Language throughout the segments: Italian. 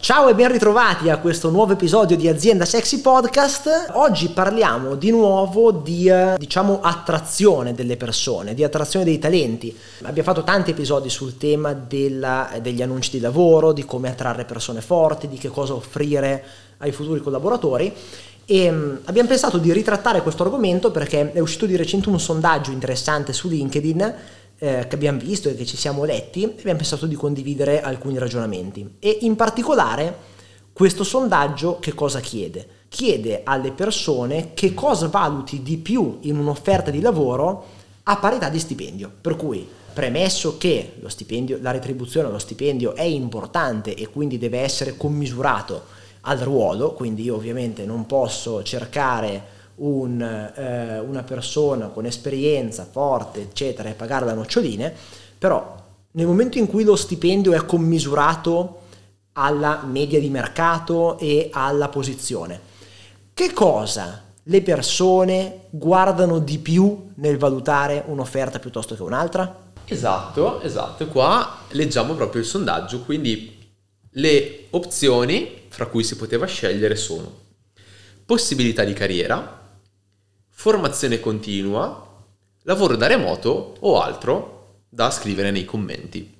Ciao e ben ritrovati a questo nuovo episodio di Azienda Sexy Podcast. Oggi parliamo di nuovo di, attrazione delle persone, di attrazione dei talenti. Abbiamo fatto tanti episodi sul tema degli annunci di lavoro, di come attrarre persone forti, di che cosa offrire ai futuri collaboratori. E abbiamo pensato di ritrattare questo argomento perché è uscito di recente un sondaggio interessante su LinkedIn che abbiamo visto e che ci siamo letti, e abbiamo pensato di condividere alcuni ragionamenti. E in particolare questo sondaggio che cosa chiede? Chiede alle persone che cosa valuti di più in un'offerta di lavoro a parità di stipendio. Per cui, premesso che lo stipendio, la retribuzione allo stipendio è importante e quindi deve essere commisurato al ruolo, quindi io ovviamente non posso cercare una persona con esperienza forte eccetera e pagarla a noccioline, però nel momento in cui lo stipendio è commisurato alla media di mercato e alla posizione, che cosa le persone guardano di più nel valutare un'offerta piuttosto che un'altra? Esatto, qua leggiamo proprio il sondaggio, quindi le opzioni fra cui si poteva scegliere sono possibilità di carriera, formazione continua, lavoro da remoto o altro da scrivere nei commenti.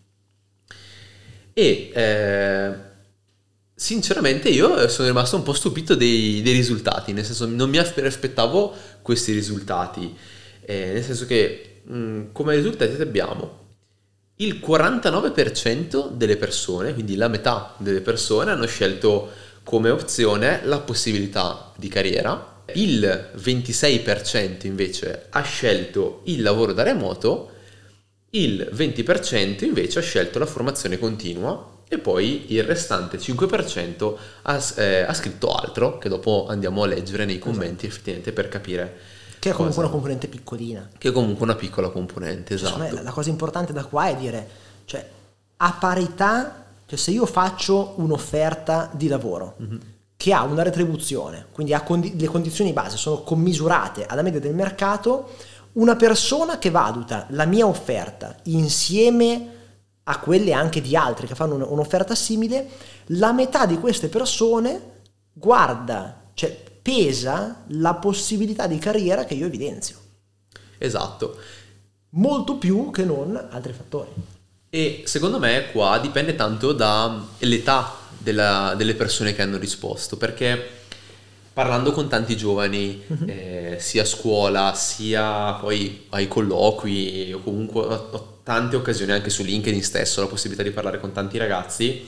E sinceramente io sono rimasto un po' stupito dei risultati, nel senso non mi aspettavo questi risultati, nel senso che come risultati abbiamo il 49% delle persone, quindi la metà delle persone hanno scelto come opzione la possibilità di carriera, il 26% invece ha scelto il lavoro da remoto, il 20% invece ha scelto la formazione continua e poi il restante 5% ha scritto altro, che dopo andiamo a leggere nei commenti effettivamente per capire. Che è comunque una componente piccolina. Che è comunque una piccola componente, esatto. Secondo me la cosa importante da qua è dire, cioè, a parità, cioè se io faccio un'offerta di lavoro che ha una retribuzione, quindi le condizioni base sono commisurate alla media del mercato, una persona che valuta la mia offerta insieme a quelle anche di altri che fanno un'offerta simile, la metà di queste persone guarda, cioè pesa la possibilità di carriera che io evidenzio. Esatto. Molto più che non altri fattori. E secondo me qua dipende tanto dall'età delle persone che hanno risposto, perché parlando con tanti giovani, sia a scuola sia poi ai colloqui o comunque ho tante occasioni anche su LinkedIn stesso, la possibilità di parlare con tanti ragazzi,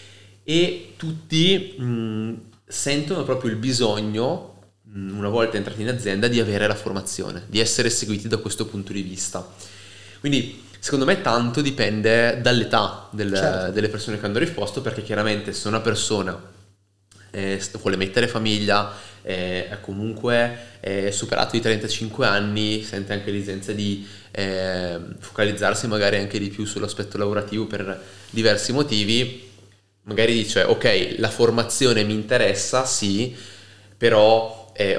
e tutti sentono proprio il bisogno, una volta entrati in azienda, di avere la formazione, di essere seguiti da questo punto di vista. Quindi secondo me tanto dipende dall'età delle persone che hanno risposto, perché chiaramente se una persona vuole mettere famiglia, è comunque superato i 35 anni, sente anche l'esigenza di focalizzarsi magari anche di più sull'aspetto lavorativo per diversi motivi, magari dice ok, la formazione mi interessa, sì, però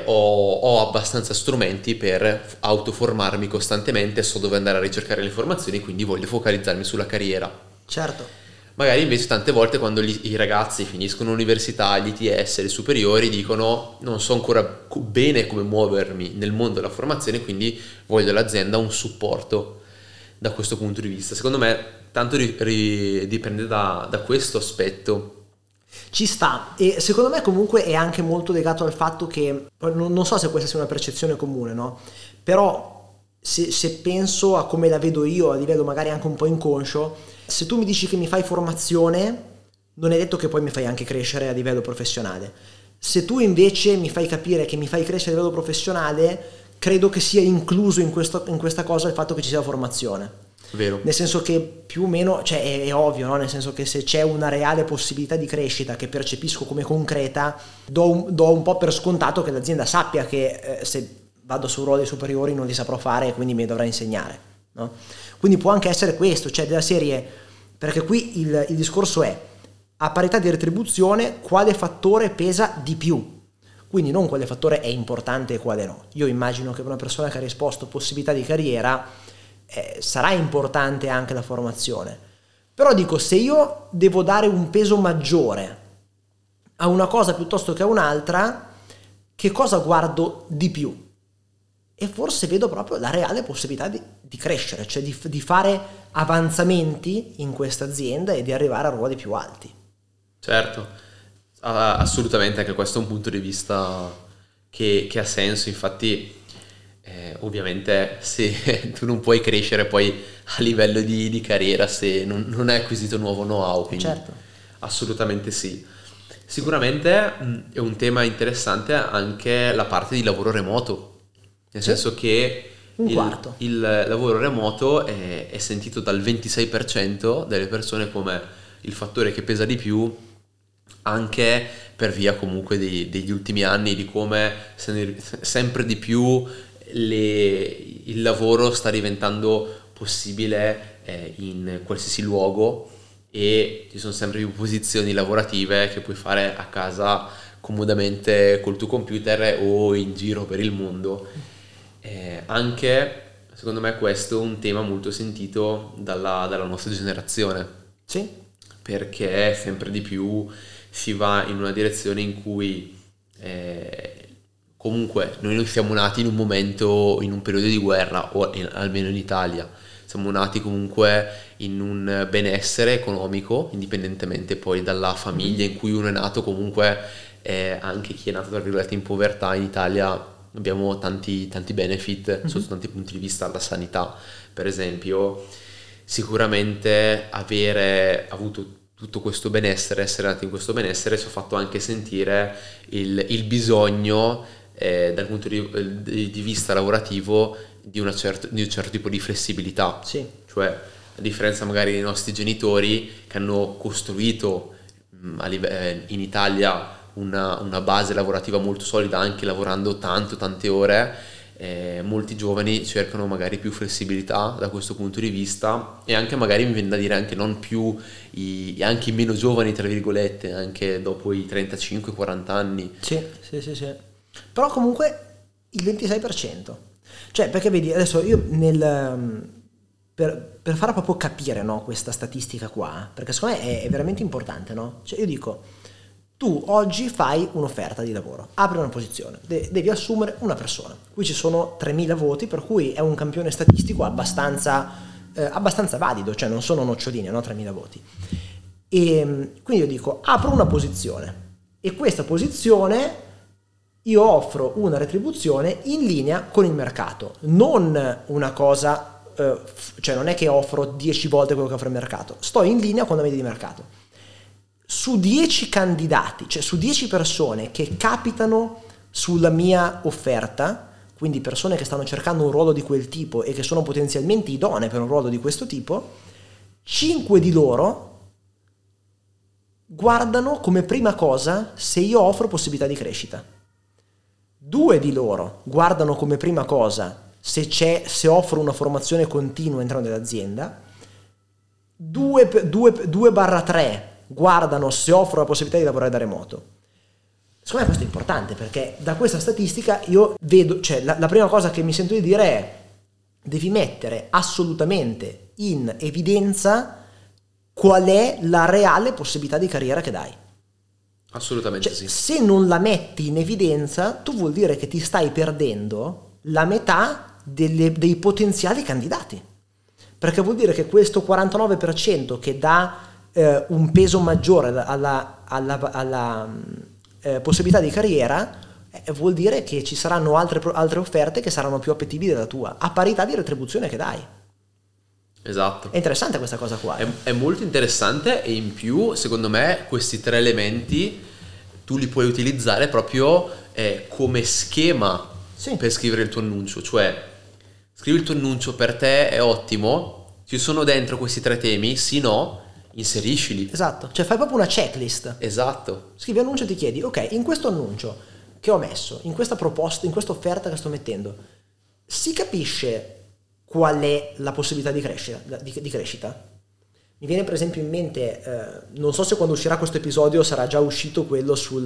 ho abbastanza strumenti per autoformarmi costantemente, so dove andare a ricercare le informazioni, quindi voglio focalizzarmi sulla carriera. Certo. Magari invece tante volte quando i ragazzi finiscono l'università, gli ITS, le superiori, dicono non so ancora bene come muovermi nel mondo della formazione, quindi voglio all'azienda un supporto da questo punto di vista. Secondo me tanto dipende da questo aspetto. Ci sta, e secondo me comunque è anche molto legato al fatto che, non so se questa sia una percezione comune, no? Però se penso a come la vedo io a livello magari anche un po' inconscio, se tu mi dici che mi fai formazione, non è detto che poi mi fai anche crescere a livello professionale. Se tu invece mi fai capire che mi fai crescere a livello professionale, credo che sia incluso in questa cosa il fatto che ci sia formazione. Vero. Nel senso che più o meno, cioè è ovvio, no? Nel senso che se c'è una reale possibilità di crescita che percepisco come concreta, do un po' per scontato che l'azienda sappia che se vado su ruoli superiori non li saprò fare e quindi mi dovrà insegnare, no? Quindi può anche essere questo, cioè della serie, perché qui il discorso è a parità di retribuzione quale fattore pesa di più, quindi non quale fattore è importante e quale no. Io immagino che una persona che ha risposto possibilità di carriera sarà importante anche la formazione, però dico, se io devo dare un peso maggiore a una cosa piuttosto che a un'altra, che cosa guardo di più? E forse vedo proprio la reale possibilità di crescere, cioè di fare avanzamenti in questa azienda e di arrivare a ruoli più alti. Certo, assolutamente, anche questo è un punto di vista che ha senso. Infatti ovviamente se tu non puoi crescere poi a livello di carriera se non hai acquisito nuovo know-how, quindi Certo. assolutamente sì. Sicuramente è un tema interessante anche la parte di lavoro remoto, nel senso che il lavoro remoto è sentito dal 26% delle persone come il fattore che pesa di più, anche per via comunque degli ultimi anni, di come sempre di più il lavoro sta diventando possibile in qualsiasi luogo, e ci sono sempre più posizioni lavorative che puoi fare a casa comodamente col tuo computer o in giro per il mondo. Anche secondo me questo è un tema molto sentito dalla nostra generazione. Sì. Perché sempre di più si va in una direzione in cui comunque noi non siamo nati in un momento, in un periodo di guerra, o almeno in Italia. Siamo nati comunque in un benessere economico, indipendentemente poi dalla famiglia in cui uno è nato. Comunque anche chi è nato tra virgolette in povertà in Italia abbiamo tanti benefit sotto tanti punti di vista. La sanità, per esempio, sicuramente avere avuto tutto questo benessere, essere nati in questo benessere, ci ha fatto anche sentire il bisogno dal punto di vista lavorativo di un certo tipo di flessibilità. Sì. Cioè, a differenza magari dei nostri genitori che hanno costruito in Italia una base lavorativa molto solida, anche lavorando tante ore, molti giovani cercano magari più flessibilità da questo punto di vista, e anche magari mi viene da dire anche non più anche i meno giovani tra virgolette, anche dopo i 35-40 anni. Sì. Però comunque il 26%, cioè, perché vedi adesso io per fare proprio capire, no, questa statistica qua, perché secondo me è veramente importante, no? Cioè io dico, tu oggi fai un'offerta di lavoro, apri una posizione, devi assumere una persona, qui ci sono 3.000 voti, per cui è un campione statistico abbastanza valido, cioè non sono noccioline, no? 3.000 voti. E quindi io dico, apro una posizione, e questa posizione io offro una retribuzione in linea con il mercato, non una cosa, cioè non è che offro 10 volte quello che offre il mercato, sto in linea con la media di mercato. Su 10 candidati, cioè su 10 persone che capitano sulla mia offerta, quindi persone che stanno cercando un ruolo di quel tipo e che sono potenzialmente idonee per un ruolo di questo tipo, 5 di loro guardano come prima cosa se io offro possibilità di crescita. 2 di loro guardano come prima cosa se offro una formazione continua all'interno dell'azienda. 2/3 guardano se offro la possibilità di lavorare da remoto. Secondo me questo è importante, perché da questa statistica io vedo, cioè la prima cosa che mi sento di dire è: devi mettere assolutamente in evidenza qual è la reale possibilità di carriera che dai. Assolutamente, cioè, sì. Se non la metti in evidenza, tu vuol dire che ti stai perdendo la metà dei potenziali candidati, perché vuol dire che questo 49% che dà un peso maggiore alla possibilità di carriera, vuol dire che ci saranno altre offerte che saranno più appetibili della tua, a parità di retribuzione che dai. Esatto. È interessante questa cosa qua. È molto interessante, e in più secondo me questi 3 elementi tu li puoi utilizzare proprio come schema, sì, per scrivere il tuo annuncio. Cioè, scrivi il tuo annuncio, per te è ottimo, ci sono dentro questi 3 temi, sì, no, inseriscili. Esatto, cioè fai proprio una checklist. Esatto. Scrivi annuncio e ti chiedi, ok, in questo annuncio che ho messo, in questa proposta, in questa offerta che sto mettendo, si capisce qual è la possibilità di crescita? Mi viene per esempio in mente, non so se quando uscirà questo episodio sarà già uscito quello sugli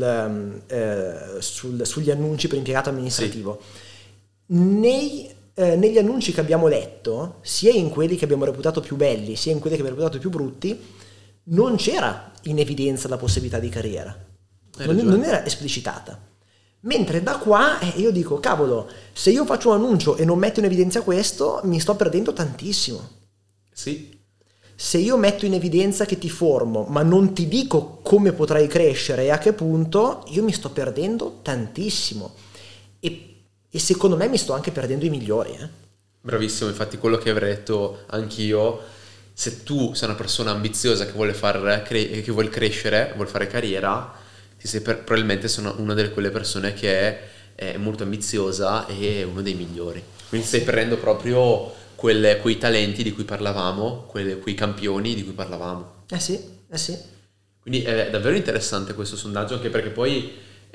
annunci per impiegato amministrativo. Sì. Negli annunci che abbiamo letto, sia in quelli che abbiamo reputato più belli, sia in quelli che abbiamo reputato più brutti, non c'era in evidenza la possibilità di carriera. non era esplicitata. Mentre da qua io dico, cavolo, se io faccio un annuncio e non metto in evidenza questo, mi sto perdendo tantissimo. Sì. Se io metto in evidenza che ti formo, ma non ti dico come potrai crescere e a che punto, io mi sto perdendo tantissimo. E secondo me mi sto anche perdendo i migliori. Bravissimo, infatti quello che avrei detto anch'io, se tu sei una persona ambiziosa che vuole che vuole crescere, vuole fare carriera, probabilmente sono una delle quelle persone che è molto ambiziosa e uno dei migliori. Quindi stai perdendo proprio quei talenti di cui parlavamo, quei campioni di cui parlavamo. Sì. Quindi è davvero interessante questo sondaggio, anche perché poi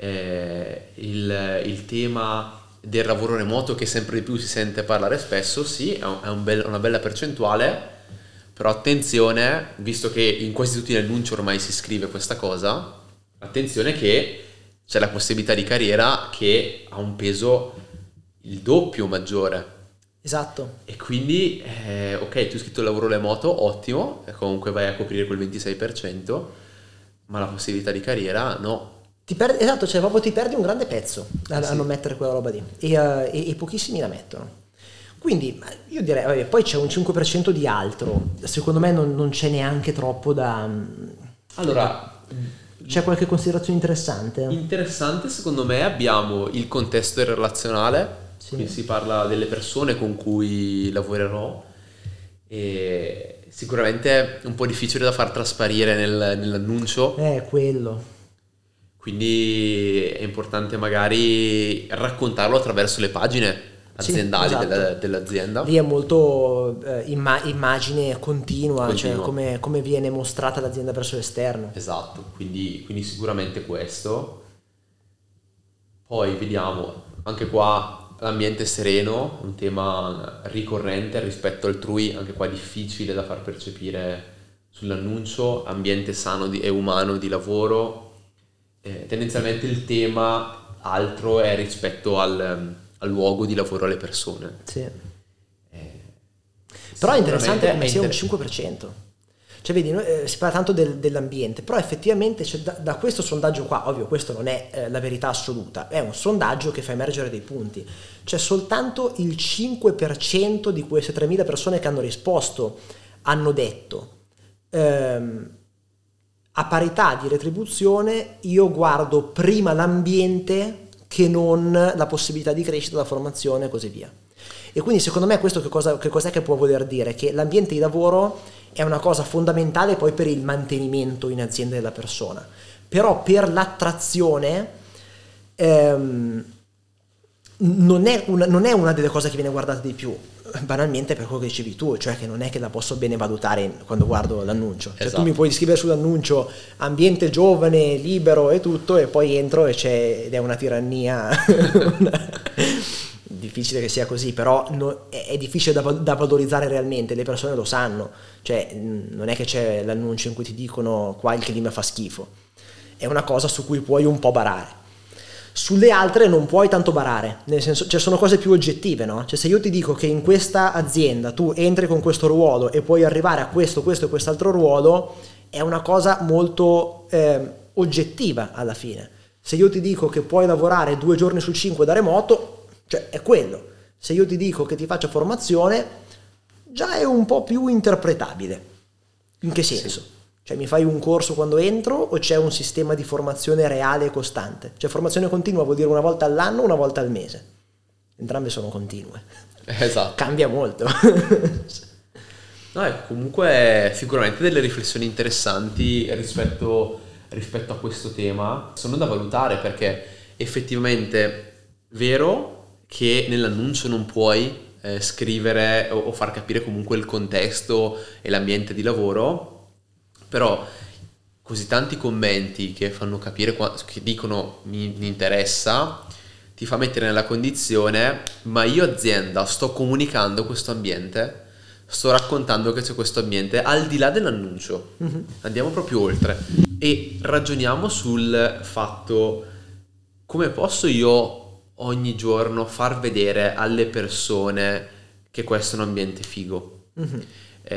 il tema del lavoro remoto, che sempre di più si sente parlare spesso, sì, è una bella percentuale, però attenzione, visto che in quasi tutti gli annunci ormai si scrive questa cosa, attenzione che c'è la possibilità di carriera che ha un peso il doppio maggiore. Esatto. E quindi, ok, tu hai scritto lavoro remoto, ottimo, e comunque vai a coprire quel 26%, ma la possibilità di carriera no. Esatto, cioè proprio ti perdi un grande pezzo a sì. non mettere quella roba lì e pochissimi la mettono. Quindi io direi, vabbè, poi c'è un 5% di altro, secondo me non c'è neanche troppo da... Allora, c'è qualche considerazione interessante? Interessante secondo me abbiamo il contesto relazionale, sì. Qui si parla delle persone con cui lavorerò e sicuramente è un po' difficile da far trasparire nell'annuncio. Quello. Quindi è importante magari raccontarlo attraverso le pagine aziendali, sì, esatto. dell'azienda. Lì è molto immagine continua, cioè come viene mostrata l'azienda verso l'esterno. Esatto, quindi sicuramente questo. Poi vediamo, anche qua l'ambiente sereno, un tema ricorrente rispetto altrui, anche qua difficile da far percepire sull'annuncio, ambiente sano e umano di lavoro. Tendenzialmente il tema altro è rispetto al luogo di lavoro alle persone. Sì. Però è interessante come sia un 5%. Cioè vedi, si parla tanto dell'ambiente, però effettivamente da questo sondaggio qua, ovvio questo non è la verità assoluta, è un sondaggio che fa emergere dei punti. Cioè soltanto il 5% di queste 3.000 persone che hanno risposto hanno detto a parità di retribuzione io guardo prima l'ambiente che non la possibilità di crescita, la formazione e così via. E quindi secondo me questo che cos'è che può voler dire? Che l'ambiente di lavoro è una cosa fondamentale poi per il mantenimento in azienda della persona, però per l'attrazione non è una delle cose che viene guardata di più, banalmente per quello che dicevi tu, cioè che non è che la posso bene valutare quando guardo l'annuncio. Cioè tu mi puoi scrivere sull'annuncio ambiente giovane, libero e tutto, e poi entro ed è una tirannia difficile che sia così, però è difficile da valorizzare realmente, le persone lo sanno, cioè non è che c'è l'annuncio in cui ti dicono qua il clima fa schifo, è una cosa su cui puoi un po' barare. Sulle altre non puoi tanto barare, nel senso, cioè sono cose più oggettive, no? Cioè se io ti dico che in questa azienda tu entri con questo ruolo e puoi arrivare a questo e quest'altro ruolo, è una cosa molto oggettiva alla fine. Se io ti dico che puoi lavorare 2 giorni su 5 da remoto, cioè è quello. Se io ti dico che ti faccio formazione, già è un po' più interpretabile. In che senso? Sì. Cioè mi fai un corso quando entro o c'è un sistema di formazione reale e costante? Cioè formazione continua vuol dire una volta all'anno o una volta al mese? Entrambe sono continue. Esatto. Cambia molto. No, comunque sicuramente delle riflessioni interessanti rispetto a questo tema sono da valutare, perché effettivamente vero che nell'annuncio non puoi scrivere o far capire comunque il contesto e l'ambiente di lavoro, però così tanti commenti che fanno capire, che dicono mi interessa, ti fa mettere nella condizione, ma io azienda sto comunicando questo ambiente, sto raccontando che c'è questo ambiente al di là dell'annuncio. Andiamo proprio oltre e ragioniamo sul fatto: come posso io ogni giorno far vedere alle persone che questo è un ambiente figo?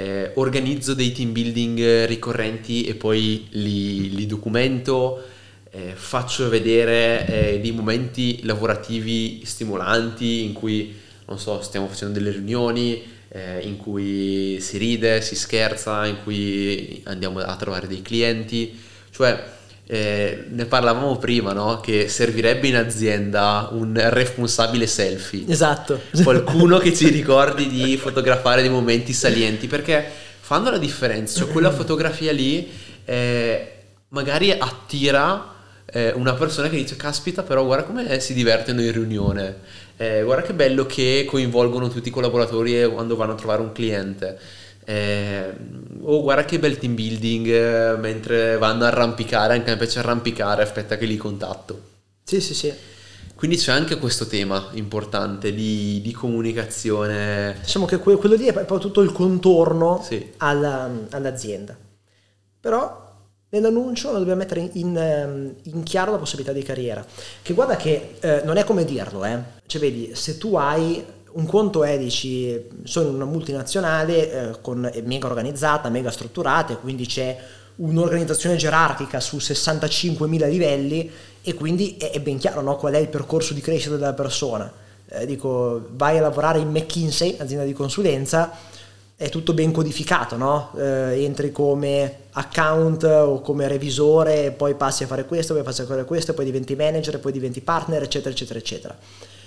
Organizzo dei team building ricorrenti e poi li documento, faccio vedere dei momenti lavorativi stimolanti in cui, non so, stiamo facendo delle riunioni, in cui si ride, si scherza, in cui andiamo a trovare dei clienti, cioè ne parlavamo prima, no? Che servirebbe in azienda un responsabile selfie, esatto, qualcuno che ci ricordi di fotografare dei momenti salienti, perché fanno la differenza, cioè quella fotografia lì magari attira una persona che dice caspita, però guarda come si divertono in riunione, guarda che bello che coinvolgono tutti i collaboratori quando vanno a trovare un cliente, oh guarda che bel team building mentre vanno a arrampicare, anche a me piace arrampicare, aspetta che li contatto. Sì. Quindi c'è anche questo tema importante di comunicazione. Diciamo che quello lì è poi tutto il contorno Sì. all'azienda. Però nell'annuncio noi dobbiamo mettere in chiaro la possibilità di carriera, che guarda che non è come dirlo, cioè vedi, se tu hai un conto dici sono in una multinazionale mega organizzata, mega strutturata, e quindi c'è un'organizzazione gerarchica su 65.000 livelli, e quindi è ben chiaro, no, qual è il percorso di crescita della persona. Dico, vai a lavorare in McKinsey, azienda di consulenza, è tutto ben codificato, no? Entri come account o come revisore, poi passi a fare questo, poi passi a fare questo, poi diventi manager, poi diventi partner, eccetera eccetera eccetera.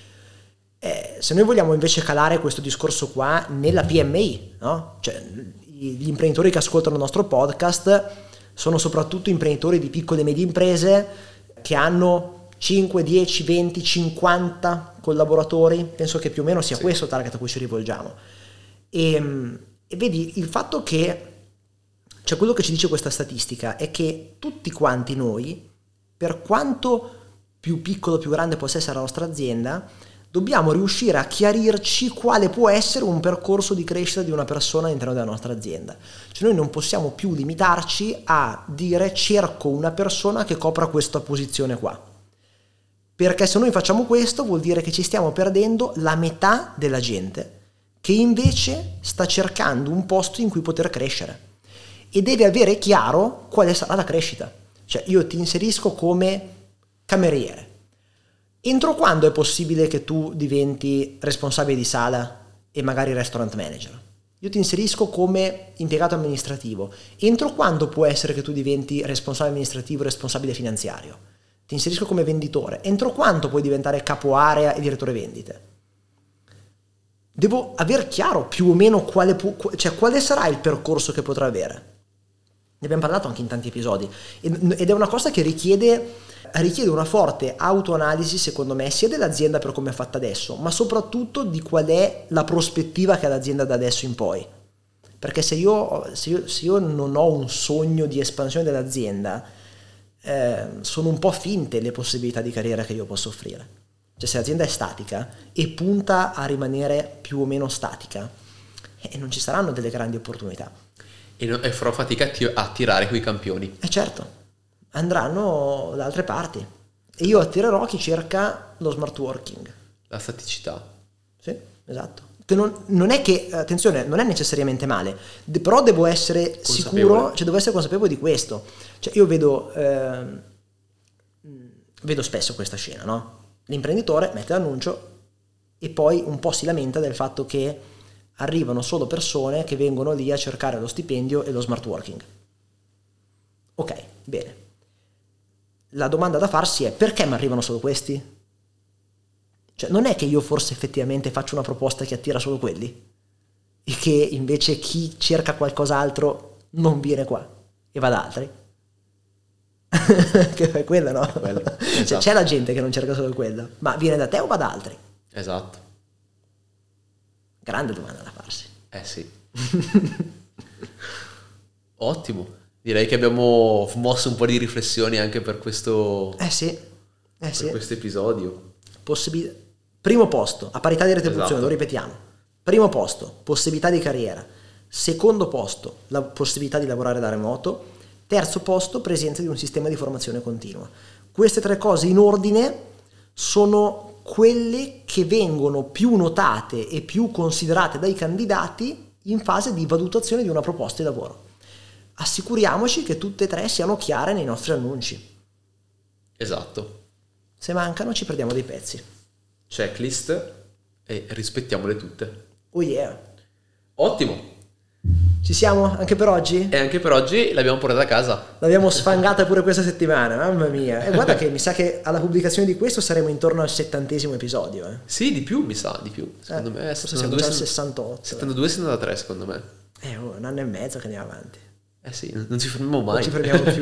Se noi vogliamo invece calare questo discorso qua nella PMI, no? Cioè gli imprenditori che ascoltano il nostro podcast sono soprattutto imprenditori di piccole e medie imprese che hanno 5, 10, 20, 50 collaboratori. Penso che più o meno sia questo il target a cui ci rivolgiamo. E vedi, il fatto che, cioè quello che ci dice questa statistica è che tutti quanti noi, per quanto più piccolo, più grande possa essere la nostra azienda, dobbiamo riuscire a chiarirci quale può essere un percorso di crescita di una persona all'interno della nostra azienda. Cioè noi non possiamo più limitarci a dire cerco una persona che copra questa posizione qua, perché se noi facciamo questo vuol dire che ci stiamo perdendo la metà della gente che invece sta cercando un posto in cui poter crescere, e deve avere chiaro quale sarà la crescita. Cioè io ti inserisco come cameriere, entro quando è possibile che tu diventi responsabile di sala e magari restaurant manager? Io ti inserisco come impiegato amministrativo, entro quando può essere che tu diventi responsabile amministrativo, responsabile finanziario? Ti inserisco come venditore, entro quanto puoi diventare capo area e direttore vendite? Devo aver chiaro più o meno quale sarà il percorso che potrà avere. Ne abbiamo parlato anche in tanti episodi, ed è una cosa che richiede una forte autoanalisi, secondo me, sia dell'azienda per come è fatta adesso, ma soprattutto di qual è la prospettiva che ha l'azienda da adesso in poi. Perché se io non ho un sogno di espansione dell'azienda, sono un po' finte le possibilità di carriera che io posso offrire. Cioè se l'azienda è statica e punta a rimanere più o meno statica, non ci saranno delle grandi opportunità. E farò fatica a tirare quei campioni. Certo, andranno da altre parti. E io attirerò chi cerca lo smart working. La staticità. Sì, esatto. Che non è che, attenzione, non è necessariamente male, però devo essere sicuro, cioè devo essere consapevole di questo. Cioè io vedo spesso questa scena, no? L'imprenditore mette l'annuncio e poi un po' si lamenta del fatto che arrivano solo persone che vengono lì a cercare lo stipendio e lo smart working. Ok, bene. La domanda da farsi è: perché mi arrivano solo questi? Cioè non è che io forse effettivamente faccio una proposta che attira solo quelli e che invece chi cerca qualcos'altro non viene qua e va da altri? Che è quella, no? Esatto. Cioè, c'è la gente che non cerca solo quella, ma viene da te o va da altri? Esatto. Grande domanda da farsi. Sì. Ottimo. Direi che abbiamo mosso un po' di riflessioni anche per questo questo episodio. Primo posto, a parità di retribuzione, esatto. Lo ripetiamo. Primo posto, possibilità di carriera. Secondo posto, la possibilità di lavorare da remoto. Terzo posto, presenza di un sistema di formazione continua. Queste tre cose in ordine sono quelle che vengono più notate e più considerate dai candidati in fase di valutazione di una proposta di lavoro. Assicuriamoci che tutte e tre siano chiare nei nostri annunci. Esatto. Se mancano ci perdiamo dei pezzi. Checklist e rispettiamole tutte. Oh yeah. Ottimo. Ci siamo anche per oggi? E anche per oggi l'abbiamo portata a casa. L'abbiamo sfangata pure questa settimana, mamma mia. E guarda che mi sa che alla pubblicazione di questo saremo intorno al 70° episodio. Sì, di più, mi sa, di più. Secondo me forse siamo già al 68. 72-73 secondo me. Un anno e mezzo che andiamo avanti. Sì, non ci fermiamo mai. Non ci fermiamo più.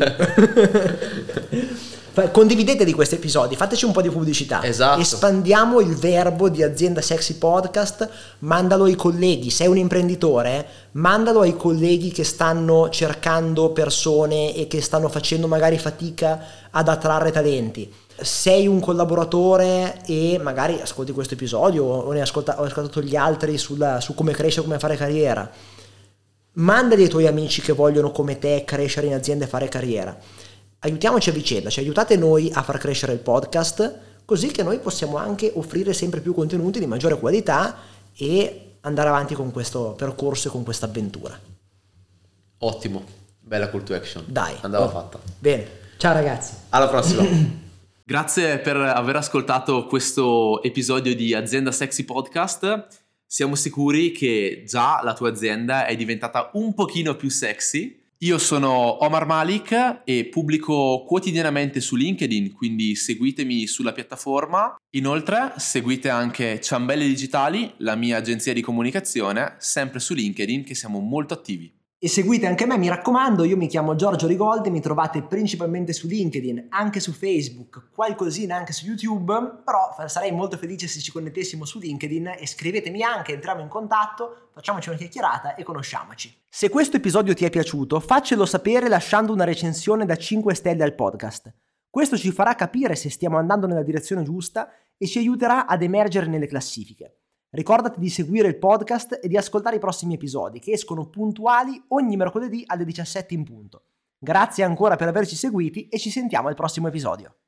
Condividete di questi episodi, fateci un po' di pubblicità. Esatto. Espandiamo il verbo di Azienda Sexy Podcast, mandalo ai colleghi. Sei un imprenditore, mandalo ai colleghi che stanno cercando persone e che stanno facendo magari fatica ad attrarre talenti. Sei un collaboratore e magari ascolti questo episodio o ne hai ascoltato gli altri su come crescere, come fare carriera. Mandali ai tuoi amici che vogliono come te crescere in azienda e fare carriera. Aiutiamoci a vicenda, aiutate noi a far crescere il podcast, così che noi possiamo anche offrire sempre più contenuti di maggiore qualità e andare avanti con questo percorso e con questa avventura. Ottimo, bella call to action. Dai, andava fatta. Bene, ciao ragazzi. Alla prossima. Grazie per aver ascoltato questo episodio di Azienda Sexy Podcast. Siamo sicuri che già la tua azienda è diventata un pochino più sexy. Io sono Omar Malik e pubblico quotidianamente su LinkedIn, quindi seguitemi sulla piattaforma. Inoltre seguite anche Ciambelle Digitali, la mia agenzia di comunicazione, sempre su LinkedIn, che siamo molto attivi. E seguite anche me, mi raccomando, io mi chiamo Giorgio Rigoldi, mi trovate principalmente su LinkedIn, anche su Facebook, qualcosina anche su YouTube, però sarei molto felice se ci connettessimo su LinkedIn e scrivetemi anche, entriamo in contatto, facciamoci una chiacchierata e conosciamoci. Se questo episodio ti è piaciuto, faccelo sapere lasciando una recensione da 5 stelle al podcast. Questo ci farà capire se stiamo andando nella direzione giusta e ci aiuterà ad emergere nelle classifiche. Ricordati di seguire il podcast e di ascoltare i prossimi episodi che escono puntuali ogni mercoledì alle 17 in punto. Grazie ancora per averci seguiti e ci sentiamo al prossimo episodio.